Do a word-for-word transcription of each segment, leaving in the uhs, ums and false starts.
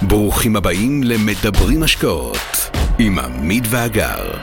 ברוכים הבאים למדברים השקעות עם עמית ואגר.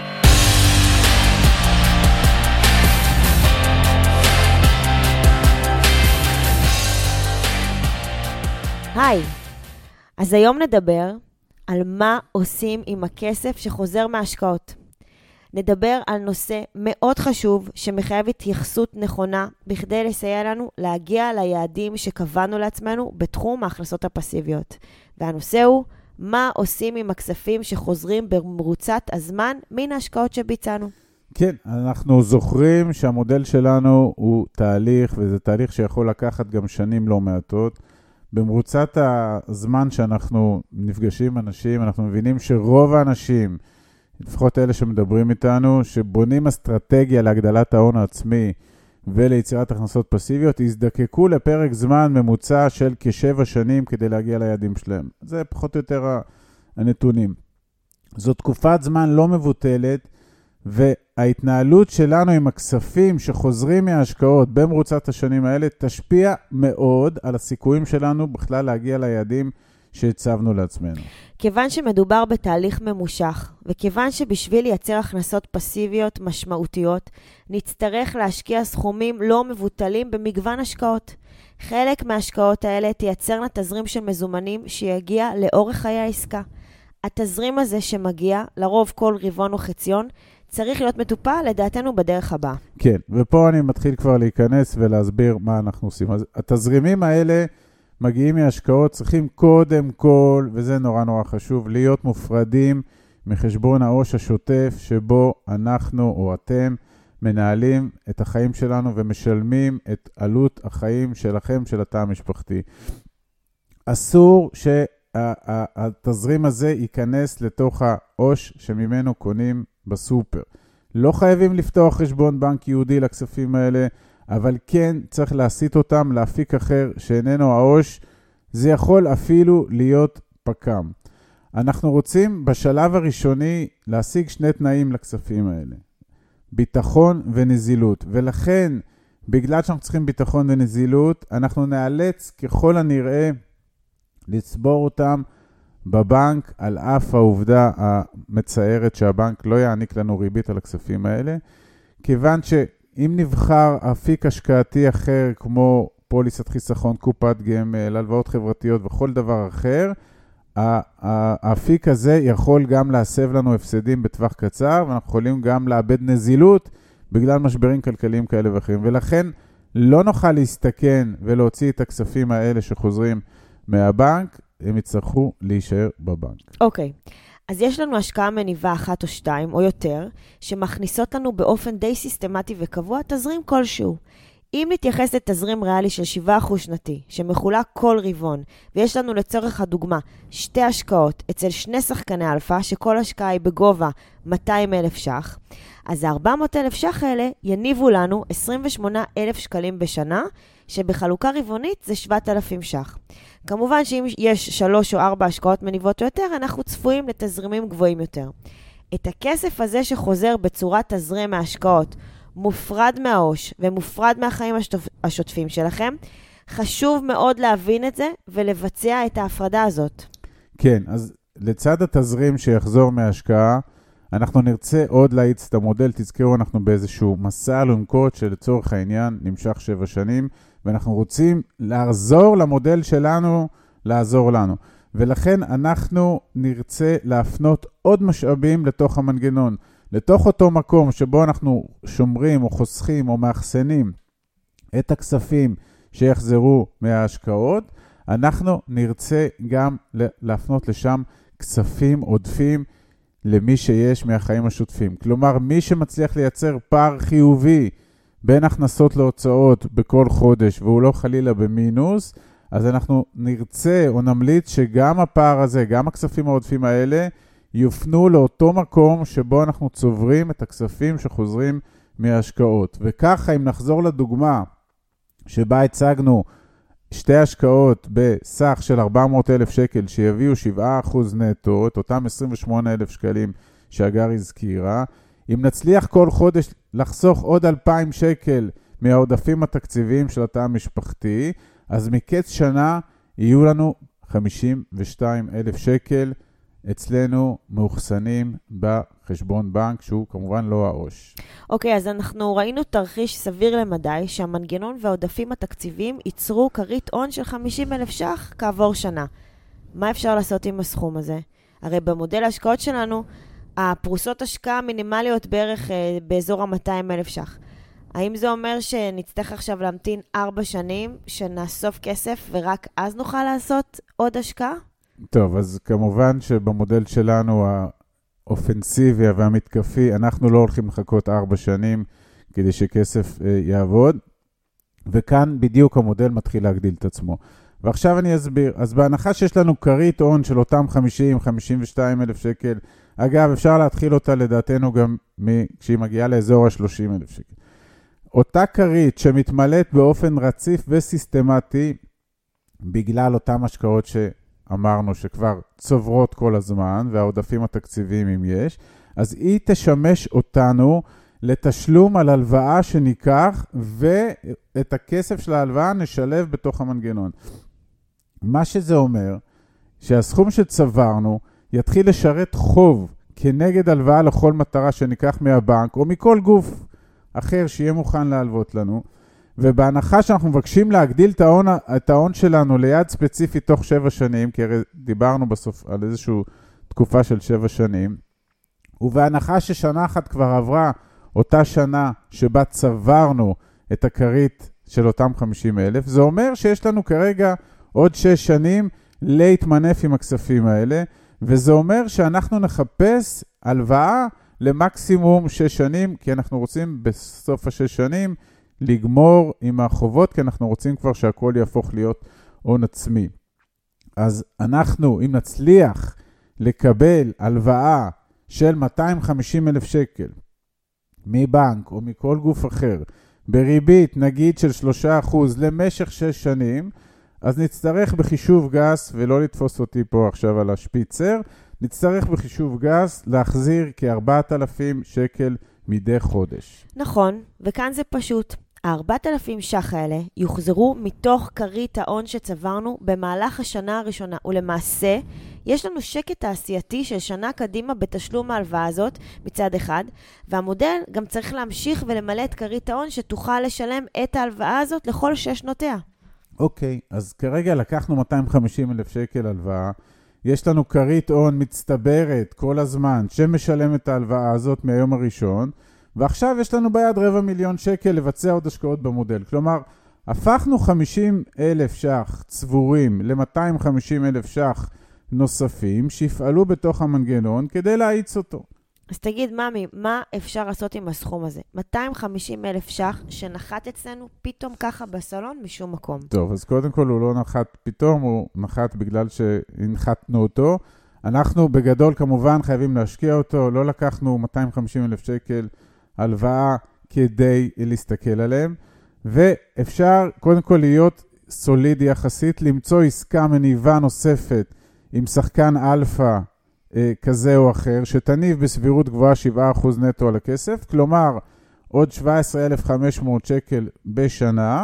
היי, אז היום נדבר על מה עושים עם הכסף שחוזר מההשקעות. נדבר על נושא מאוד חשוב שמחייב התייחסות נכונה בכדי לסייע לנו להגיע ליעדים שקבענו לעצמנו בתחום ההכנסות הפסיביות. והנושא הוא מה עושים עם הכספים שחוזרים במרוצת הזמן מן ההשקעות שביצענו. כן, אנחנו זוכרים שהמודל שלנו הוא תהליך, וזה תהליך שיכול לקחת גם שנים לא מעטות. במרוצת הזמן שאנחנו נפגשים עם אנשים, אנחנו מבינים שרוב האנשים, לפחות אלה שמדברים איתנו, שבונים אסטרטגיה להגדלת ההון העצמי וליצירת הכנסות פסיביות, יזדקקו לפרק זמן ממוצע של כשבע שנים כדי להגיע ליעדים שלהם. זה פחות או יותר הנתונים. זו תקופת זמן לא מבוטלת, וההתנהלות שלנו עם הכספים שחוזרים מההשקעות במרוצת השנים האלה, תשפיע מאוד על הסיכויים שלנו בכלל להגיע ליעדים שהצבנו לעצמנו. כיוון שמדובר בתהליך ממושך, וכיוון שבשביל לייצר הכנסות פסיביות משמעותיות, נצטרך להשקיע סכומים לא מבוטלים במגוון השקעות. חלק מההשקעות האלה תייצרנה תזרים של מזומנים שיגיע לאורך חיי העסקה. התזרים הזה שמגיע, לרוב כל רבעון או חציון, צריך להיות מטופל לדעתנו בדרך הבאה. כן, ופה אני מתחיל כבר להיכנס ולהסביר מה אנחנו עושים. אז התזרימים האלה מגיעים מהשקעות, צריכים קודם כל, וזה נורא נורא חשוב, להיות מופרדים מחשבון העו"ש השוטף שבו אנחנו או אתם מנהלים את החיים שלנו ומשלמים את עלות החיים שלכם, של התא המשפחתי. אסור שהתזרים הזה ייכנס לתוך העו"ש שממנו קונים בסופר. לא חייבים לפתוח חשבון בנק יהודי לכספים האלה, אבל כן צריך להסיט אותם לאפיק אחר שאיננו העו"ש. זה יכול אפילו להיות פקם. אנחנו רוצים בשלב הראשוני להשיג שני תנאים לכספים האלה. ביטחון ונזילות. ולכן, בגלל שאנחנו צריכים ביטחון ונזילות, אנחנו נאלץ ככל הנראה לצבור אותם בבנק, על אף העובדה המצערת שהבנק לא יעניק לנו ריבית על הכספים האלה, כיוון שאם נבחר אפיק השקעתי אחר, כמו פוליסת חיסכון, קופת גמל, הלוואות חברתיות וכל דבר אחר, האפיק הזה יכול גם להסב לנו הפסדים בטווח קצר, ואנחנו יכולים גם לאבד נזילות בגלל משברים כלכליים כאלה ואחרים. ולכן לא נוכל להסתכן ולהוציא את הכספים האלה שחוזרים מהבנק, הם יצטרכו להישאר בבנק. אוקיי, אז יש לנו השקעה מניבה אחת או שתיים או יותר, שמכניסות לנו באופן די סיסטמטי וקבוע תזרים כלשהו. אם נתייחס לתזרים ריאלי של שבעה אחוז שנתי, שמחולק כל רבעון, ויש לנו לצורך הדוגמה שתי השקעות אצל שני שחקני אלפא, שכל השקעה היא בגובה מאתיים אלף ש"ח, אז ארבע מאות אלף ש"ח האלה יניבו לנו עשרים ושמונה אלף שקלים בשנה, שבחלוקה רבעונית זה שבעת אלפים ש"ח. כמובן שאם יש שלוש או ארבע השקעות מניבות או יותר, אנחנו צפויים לתזרימים גבוהים יותר. את הכסף הזה שחוזר בצורת תזרים מההשקעות, מופרד מהעו"ש ומופרד מהחיים השוטפים שלכם, חשוב מאוד להבין את זה ולבצע את ההפרדה הזאת. כן, אז לצד התזרים שיחזור מההשקעה, אנחנו נרצה עוד להאיץ את המודל. תזכרו, אנחנו באיזשהו מסע אלונקות שלצורך העניין נמשך שבע שנים, ואנחנו רוצים לעזור למודל שלנו, לעזור לנו. ולכן אנחנו נרצה להפנות עוד משאבים לתוך המנגנון, לתוך אותו מקום שבו אנחנו שומרים או חוסכים או מאחסנים את הכספים שיחזרו מההשקעות, אנחנו נרצה גם להפנות לשם כספים עודפים למי שיש מהחיים השוטפים. כלומר, מי שמצליח לייצר פער חיובי בין הכנסות להוצאות בכל חודש, והוא לא חלילה במינוס, אז אנחנו נרצה או נמליץ שגם הפער הזה, גם הכספים העודפים האלה, יופנו לאותו מקום שבו אנחנו צוברים את הכספים שחוזרים מההשקעות. וככה, אם נחזור לדוגמה שבה הצגנו שתי השקעות בסך של ארבע מאות אלף שקל שיביאו שבעה אחוז נטו, את אותם עשרים ושמונה אלף שקלים שהגר הזכירה, אם נצליח כל חודש לחסוך עוד אלפיים שקל מהעודפים התקציביים של התא המשפחתי, אז מקץ שנה יהיו לנו חמישים ושתיים אלף שקל אצלנו מאוחסנים בחשבון בנק, שהוא כמובן לא העו"ש. אוקיי, אז אנחנו ראינו תרחיש סביר למדי שהמנגנון והעודפים התקציביים ייצרו כרית הון של חמישים אלף ש"ח כעבור שנה. מה אפשר לעשות עם הסכום הזה? הרי במודל ההשקעות שלנו, הפרוסות השקעה מינימליות בערך אה, באזור ה-מאתיים אלף ש"ח. האם זה אומר שנצטרך עכשיו להמתין ארבע שנים, שנאסוף כסף ורק אז נוכל לעשות עוד השקעה? טוב, אז כמובן שבמודל שלנו האופנסיבי והמתקפי, אנחנו לא הולכים לחכות ארבע שנים כדי שכסף אה, יעבוד, וכאן בדיוק המודל מתחיל להגדיל את עצמו. ועכשיו אני אסביר. אז בהנחה שיש לנו כרית הון של אותם חמישים חמישים ושתיים אלף שקל, אגב, אפשר להתחיל אותה לדעתנו גם כשהיא מגיעה לאזור ה-שלושים אלף שקל. אותה כרית שמתמלאת באופן רציף וסיסטמטי, בגלל אותם השקעות שאמרנו שכבר צוברות כל הזמן, והעודפים התקציביים אם יש, אז היא תשמש אותנו לתשלום על הלוואה שניקח, ואת הכסף של ההלוואה נשלב בתוך המנגנון. מה שזה אומר, שהסכום שצברנו יתחיל לשרת חוב כנגד הלוואה לכל מטרה שניקח מהבנק, או מכל גוף אחר שיהיה מוכן להלוות לנו, ובהנחה שאנחנו מבקשים להגדיל את ההון, את ההון שלנו ליד ספציפית תוך שבע שנים, כי הרי דיברנו בסוף על איזושהי תקופה של שבע שנים, ובהנחה ששנה אחת כבר עברה אותה שנה שבה צברנו את הכרית של אותם חמישים אלף, זה אומר שיש לנו כרגע עוד שש שנים להתמנף עם הכספים האלה, וזה אומר שאנחנו נחפש הלוואה למקסימום שש שנים, כי אנחנו רוצים בסוף השש שנים לגמור עם החובות, כי אנחנו רוצים כבר שהכל יהפוך להיות הון עצמי. אז אנחנו, אם נצליח לקבל הלוואה של מאתיים וחמישים אלף שקל מבנק או מכל גוף אחר, בריבית נגיד של שלושה אחוז למשך שש שנים, אז נצטרך בחישוב גס, ולא לתפוס אותי פה עכשיו על השפיצר, נצטרך בחישוב גס להחזיר כ-ארבעת אלפים שקל מדי חודש. נכון, וכאן זה פשוט. ה-ארבעת אלפים ש"ח האלה יוחזרו מתוך כרית ההון שצברנו במהלך השנה הראשונה, ולמעשה יש לנו שקט תעשייתי של שנה קדימה בתשלום ההלוואה הזאת מצד אחד, והמודל גם צריך להמשיך ולמלא את כרית ההון שתוכל לשלם את ההלוואה הזאת לכל שש שנותיה. אוקיי, אז כרגע לקחנו מאתיים וחמישים אלף שקל הלוואה, יש לנו כרית הון מצטברת כל הזמן שמשלם את ההלוואה הזאת מהיום הראשון, ועכשיו יש לנו ביד רבע מיליון שקל לבצע עוד השקעות במודל. כלומר, הפכנו חמישים אלף ש"ח צבורים ל-מאתיים וחמישים אלף ש"ח נוספים שיפעלו בתוך המנגנון כדי להאיץ אותו. אז תגיד, ממי, מה אפשר לעשות עם הסכום הזה? מאתיים וחמישים אלף ש"ח שנחת אצלנו פתאום ככה בסלון משום מקום. טוב, אז קודם כל הוא לא נחת פתאום, הוא נחת בגלל שהנחתנו אותו. אנחנו בגדול כמובן חייבים להשקיע אותו, לא לקחנו מאתיים וחמישים אלף שקל הלוואה כדי להסתכל עליהם, ואפשר קודם כל להיות סולידי יחסית, למצוא עסקה מניבה נוספת עם שחקן אלפא אה, כזה או אחר, שתניב בסבירות גבוהה שבעה אחוז נטו על הכסף, כלומר עוד שבעה עשר אלף וחמש מאות שקל בשנה,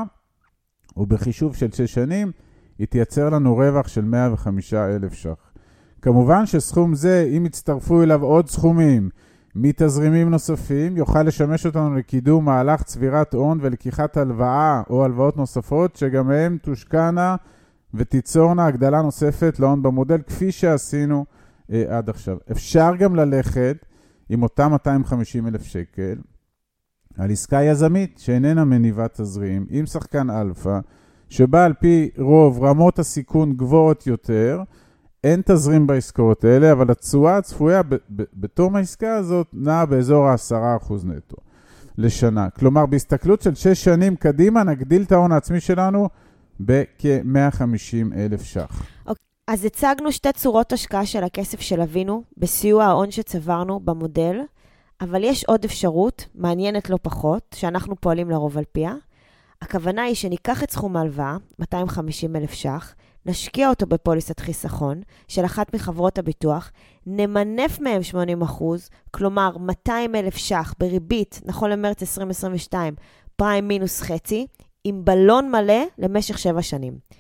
ובחישוב של שש שנים, יתייצר לנו רווח של מאה וחמישה אלף ש"ח. כמובן שסכום זה, אם יצטרפו אליו עוד סכומים, מתזרימים נוספים, יוכל לשמש אותנו לקידום מהלך צבירת הון ולקיחת הלוואה או הלוואות נוספות, שגם הם תושקענה ותיצורנה הגדלה נוספת להון במודל, כפי שעשינו אה, עד עכשיו. אפשר גם ללכת עם אותם מאתיים וחמישים אלף שקל על עסקה יזמית שאיננה מניבה תזרים, עם שחקן אלפא, שבה על פי רוב רמות הסיכון גבוהות יותר, אין תזרים בעסקאות האלה, אבל התשואה הצפויה ב- ב- בתום העסקה הזאת נעה באזור ה-עשרה אחוז נטו לשנה. כלומר, בהסתכלות של שש שנים קדימה, נגדיל את ההון העצמי שלנו בכ-מאה וחמישים אלף ש"ח. אוקיי. אז הצגנו שתי צורות השקעה של הכסף שלווינו בסיוע ההון שצברנו במודל, אבל יש עוד אפשרות, מעניינת לא פחות, שאנחנו פועלים לרוב על פיה. הכוונה היא שניקח את סכום ההלוואה, מאתיים וחמישים אלף ש"ח, נשקיע אותו בפוליסת חיסכון של אחת מחברות הביטוח, נמנף מהם שמונים אחוז, כלומר מאתיים אלף ש"ח בריבית, נכון למרץ עשרים עשרים ושתיים, פריים מינוס חצי, עם בלון מלא למשך שבע שנים.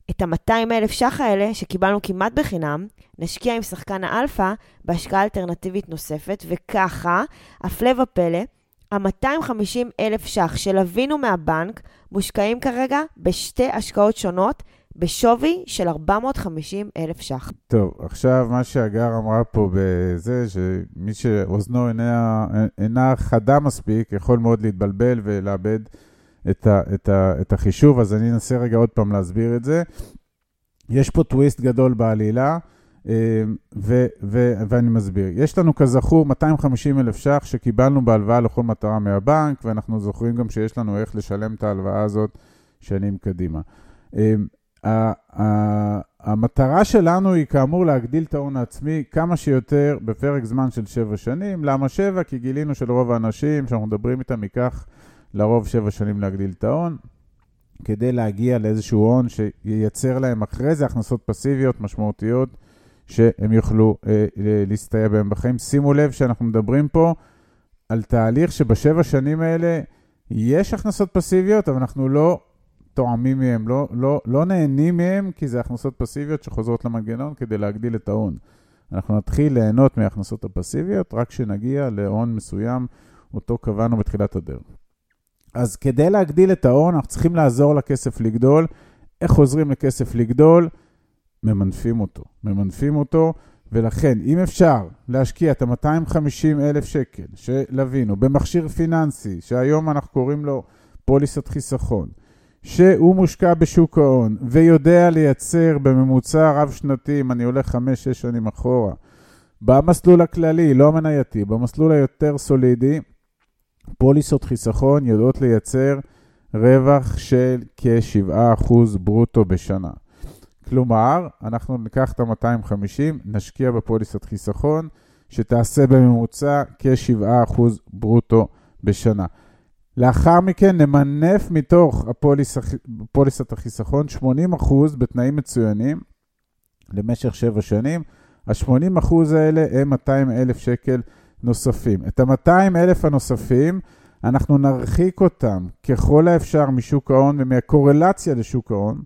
את ה-מאתיים אלף ש"ח האלה שקיבלנו כמעט בחינם, נשקיע עם שחקן האלפא בהשקעה אלטרנטיבית נוספת, וככה, הפלא ופלא, ה-מאתיים וחמישים אלף ש"ח שלווינו מהבנק מושקעים כרגע בשתי השקעות שונות, בשווי של ארבע מאות וחמישים אלף ש"ח. טוב, עכשיו מה שהגר אמרה פה בזה, שמי שאוזנו אינה, אינה חדה מספיק, יכול מאוד להתבלבל ולאבד את, ה, את, ה, את החישוב, אז אני אנסה רגע עוד פעם להסביר את זה. יש פה טוויסט גדול בעלילה, ו, ו, ואני מסביר. יש לנו כזכור מאתיים וחמישים אלף ש"ח שקיבלנו בהלוואה לכל מטרה מהבנק, ואנחנו זוכרים גם שיש לנו איך לשלם את ההלוואה הזאת שנים קדימה. המטרה שלנו היא כאמור להגדיל את ההון העצמי כמה שיותר בפרק זמן של שבע שנים. למה שבע? כי גילינו שלרוב האנשים שאנחנו מדברים איתם ייקח לרוב שבע שנים להגדיל את ההון, כדי להגיע לאיזשהו הון שייצר להם אחרי זה הכנסות פסיביות משמעותיות שהם יוכלו אה, להסתייע בהם בחיים. שימו לב שאנחנו מדברים פה על תהליך שבשבע שנים האלה יש הכנסות פסיביות, אבל אנחנו לא תואמים מהם, לא, לא, לא נהנים מהם, כי זה הכנסות פסיביות שחוזרות למנגנון כדי להגדיל את ההון. אנחנו נתחיל ליהנות מהכנסות הפסיביות, רק שנגיע להון מסוים, אותו קבענו בתחילת הדרך. אז כדי להגדיל את ההון, אנחנו צריכים לעזור לכסף לגדול. איך עוזרים לכסף לגדול? ממנפים אותו. ממנפים אותו, ולכן, אם אפשר להשקיע את ה-מאתיים וחמישים אלף שקל שלווינו במכשיר פיננסי, שהיום אנחנו קוראים לו פוליסת חיסכון, שהוא מושקע בשוק ההון, ויודע לייצר בממוצע רב שנתי, אם אני הולך חמש שש שנים אחורה, במסלול הכללי, לא מנייתי, במסלול היותר סולידי, פוליסות חיסכון יודעות לייצר רווח של כ-שבעה אחוז ברוטו בשנה. כלומר, אנחנו ניקח את ה-מאתיים וחמישים, נשקיע בפוליסת חיסכון, שתעשה בממוצע כ-שבעה אחוז ברוטו בשנה. לאחר מכן נמנף מתוך הפוליס, פוליסת החיסכון שמונים אחוז בתנאים מצוינים למשך שבע שנים. ה-שמונים אחוז האלה הם מאתיים אלף שקל נוספים. את ה-מאתיים אלף הנוספים אנחנו נרחיק אותם ככל האפשר משוק ההון ומהקורלציה לשוק ההון,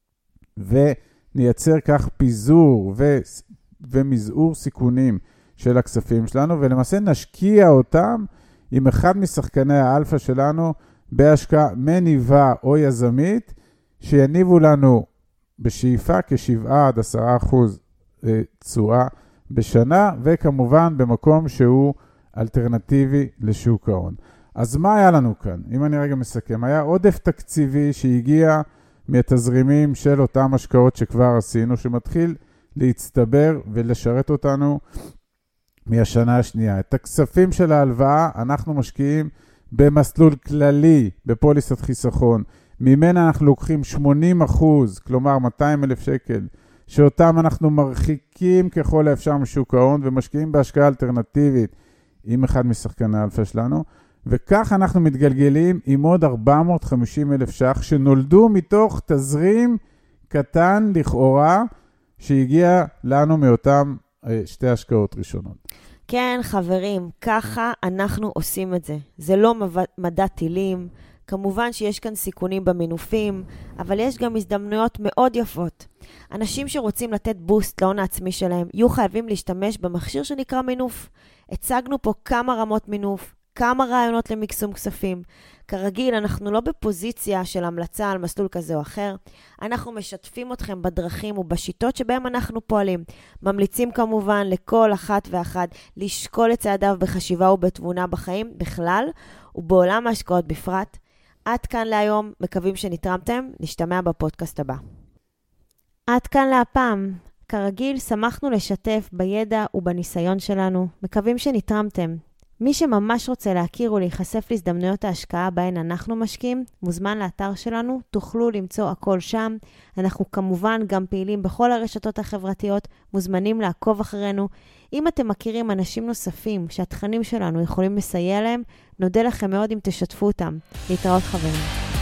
ונייצר כך פיזור ו... ומזעור סיכונים של הכספים שלנו, ולמעשה נשקיע אותם עם אחד משחקני האלפא שלנו בהשקעה מניבה או יזמית, שיניבו לנו בשאיפה כ-שבעה עד עשרה אחוז תשואה בשנה, וכמובן במקום שהוא אלטרנטיבי לשוק ההון. אז מה היה לנו כאן? אם אני רגע מסכם, היה עודף תקציבי שהגיע מהתזרימים של אותם השקעות שכבר עשינו, שמתחיל להצטבר ולשרת אותנו מהשנה השנייה. את הכספים של ההלוואה אנחנו משקיעים במסלול כללי, בפוליסת חיסכון. ממנה אנחנו לוקחים שמונים אחוז, כלומר מאתיים אלף שקל, שאותם אנחנו מרחיקים ככל האפשר משוק ההון, ומשקיעים בהשקעה אלטרנטיבית עם אחד משחקני האלפא שלנו, וכך אנחנו מתגלגלים עם עוד ארבע מאות וחמישים אלף ש"ח, שנולדו מתוך תזרים קטן לכאורה, שהגיע לנו מאותם שתי השקעות ראשונות. כן, חברים, ככה אנחנו עושים את זה. זה לא מדע טילים, כמובן שיש כאן סיכונים במינופים, אבל יש גם הזדמנויות מאוד יפות. אנשים שרוצים לתת בוסט להון העצמי שלהם, יהיו חייבים להשתמש במכשיר שנקרא מינוף. הצגנו פה כמה רמות מינוף, כמה רעיונות למקסום כספים. כרגיל, אנחנו לא בפוזיציה של המלצה על מסלול כזה או אחר. אנחנו משתפים אתכם בדרכים ובשיטות שבהם אנחנו פועלים. ממליצים כמובן לכל אחת ואחד לשקול את צעדיו בחשיבה ובתבונה בחיים בכלל, ובעולם ההשקעות בפרט. עד כאן להיום, מקווים שנתרמתם, נשתמע בפודקאסט הבא. עד כאן להפעם. כרגיל, שמחנו לשתף בידע ובניסיון שלנו. מקווים שנתרמתם. מי שממש רוצה להכיר ולהיחשף להזדמנויות ההשקעה בהן אנחנו משקיעים, מוזמן לאתר שלנו, תוכלו למצוא הכל שם. אנחנו כמובן גם פעילים בכל הרשתות החברתיות, מוזמנים לעקוב אחרינו. אם אתם מכירים אנשים נוספים שהתכנים שלנו יכולים לסייע להם, נודה לכם מאוד אם תשתפו אותם. להתראות חברים.